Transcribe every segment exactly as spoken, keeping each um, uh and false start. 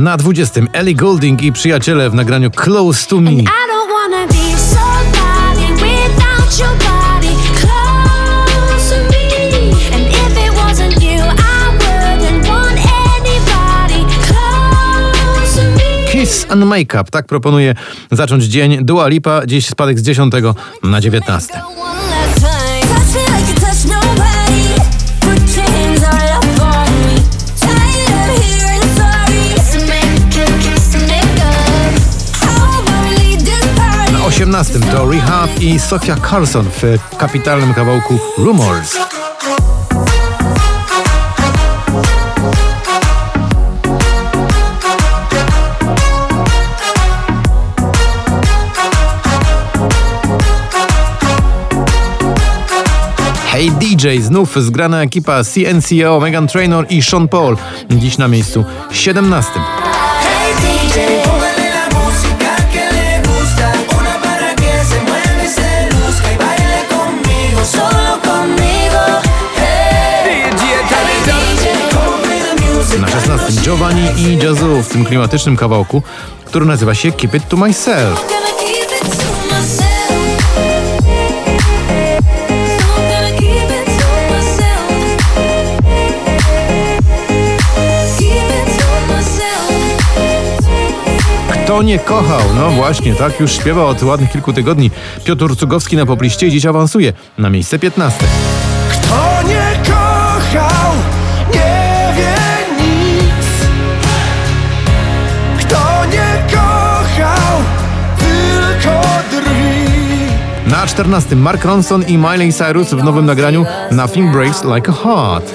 Na dwudziestym Ellie Goulding i Przyjaciele w nagraniu Close to Me. Kiss and Make Up. Tak proponuje zacząć dzień Dua Lipa. Dziś spadek z dziesiątego na dziewiętnaste. Na osiemnastym to Rehab i Sofia Carson w kapitalnym kawałku Rumors. Hey D J, znów zgrana ekipa C N C O, Meghan Trainor i Sean Paul. Dziś na miejscu siedemnastym. Na szesnastym Giovanni i Jazzu w tym klimatycznym kawałku, który nazywa się Keep It To Myself. Kto nie kochał? No właśnie, tak już śpiewa od ładnych kilku tygodni Piotr Cugowski na popliście i dziś awansuje na miejsce piętnaste. Kto nie kochał, nie wie nic. Kto nie kochał, tylko drwi. Na czternastym Mark Ronson i Miley Cyrus w nowym nagraniu Nothing Breaks Like a Heart.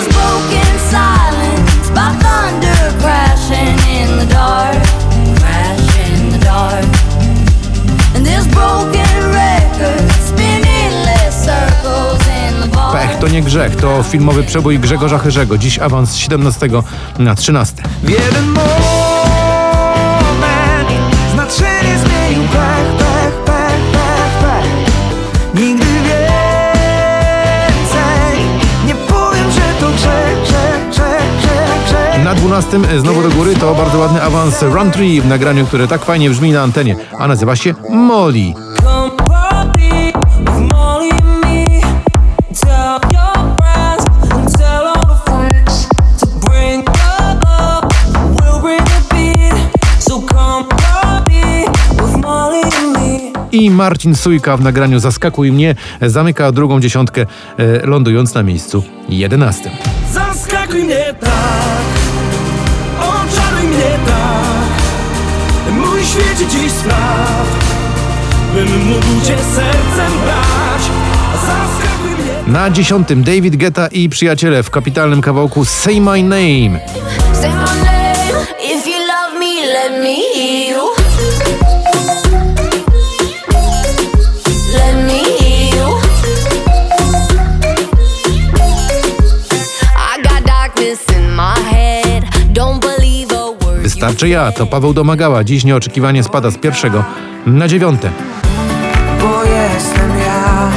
Pech to nie grzech, to filmowy przebój Grzegorza Chyrzego. Dziś awans z siedemnastego na trzynaste. W jeden moment znaczenie zmienił pech, pech, pech, pech, pech. Nigdy więcej nie powiem, że to grzech, grzech, grzech, grzech, grzech. Na dwunastym znowu do góry to bardzo ładny awans Run Tree w nagraniu, które tak fajnie brzmi na antenie, a nazywa się Molly. I Marcin Sujka w nagraniu Zaskakuj mnie zamyka drugą dziesiątkę, e, lądując na miejscu jedenastym. Zaskakuj mnie tak, oczaruj mnie tak, mój świecie dziś spraw, bym mógł cię sercem brać. Zaskakuj mnie. Na dziesiątym David Guetta i Przyjaciele w kapitalnym kawałku Say My Name. Say my name, if you love me, let me hear you. Wystarczy ja, to Paweł Domagała. Dziś nieoczekiwanie spada z pierwszego na dziewiąte. Bo jestem ja,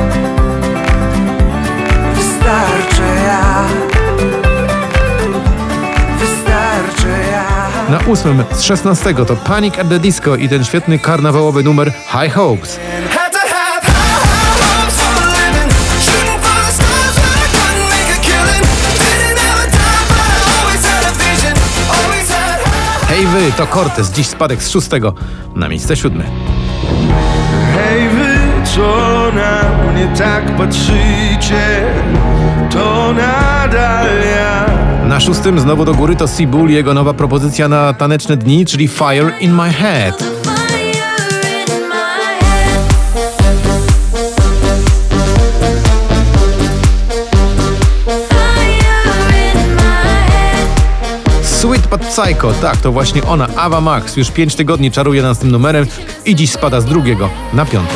wystarczy ja, wystarczy ja. Na ósmym z szesnastego to Panic at the Disco i ten świetny karnawałowy numer High Hopes. Hej wy, to Cortez, dziś spadek z szóstego na miejsce siódme. Hej wy, co na mnie tak patrzycie, to nadal ja. Na szóstym znowu do góry to Seabull, jego nowa propozycja na taneczne dni, czyli Fire in My Head. Sweet But Psycho, tak, to właśnie ona, Ava Max, już pięć tygodni czaruje nas tym numerem i dziś spada z drugiego na piąte.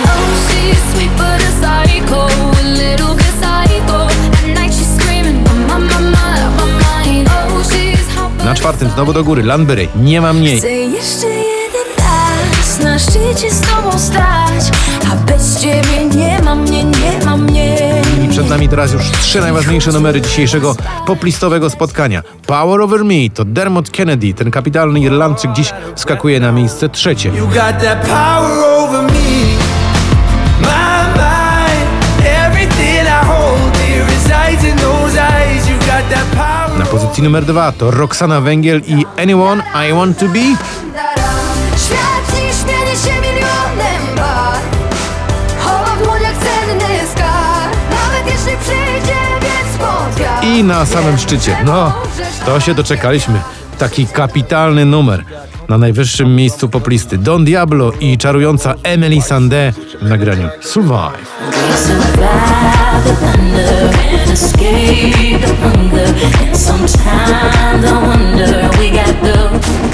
Na czwartym znowu do góry Landberry, Nie ma mniej. Chcę jeszcze jeden raz na szczycie z tobą stać, a bez ciebie nie ma mnie, nie ma mnie. I przed nami to teraz już trzy najważniejsze numery dzisiejszego poplistowego spotkania. Power Over Me to Dermot Kennedy, ten kapitalny Irlandczyk dziś wskakuje na miejsce trzecie. You got that power over me. My mind, everything I hold dear resides in those eyes. You got that power. Na pozycji numer dwa to Roxana Węgiel i Anyone I Want To Be. Świat dziś śmieni się milionem bar. Chowa w dłoniach cenny skarb. Nawet jeśli przyjdzie biec spotka. I na samym szczycie, no, to się doczekaliśmy. Taki kapitalny numer. Na najwyższym miejscu poplisty Don Diablo i czarująca Emily Sandé w nagraniu Survive. We survive the thunder and escape the hunger. And sometimes I wonder we got the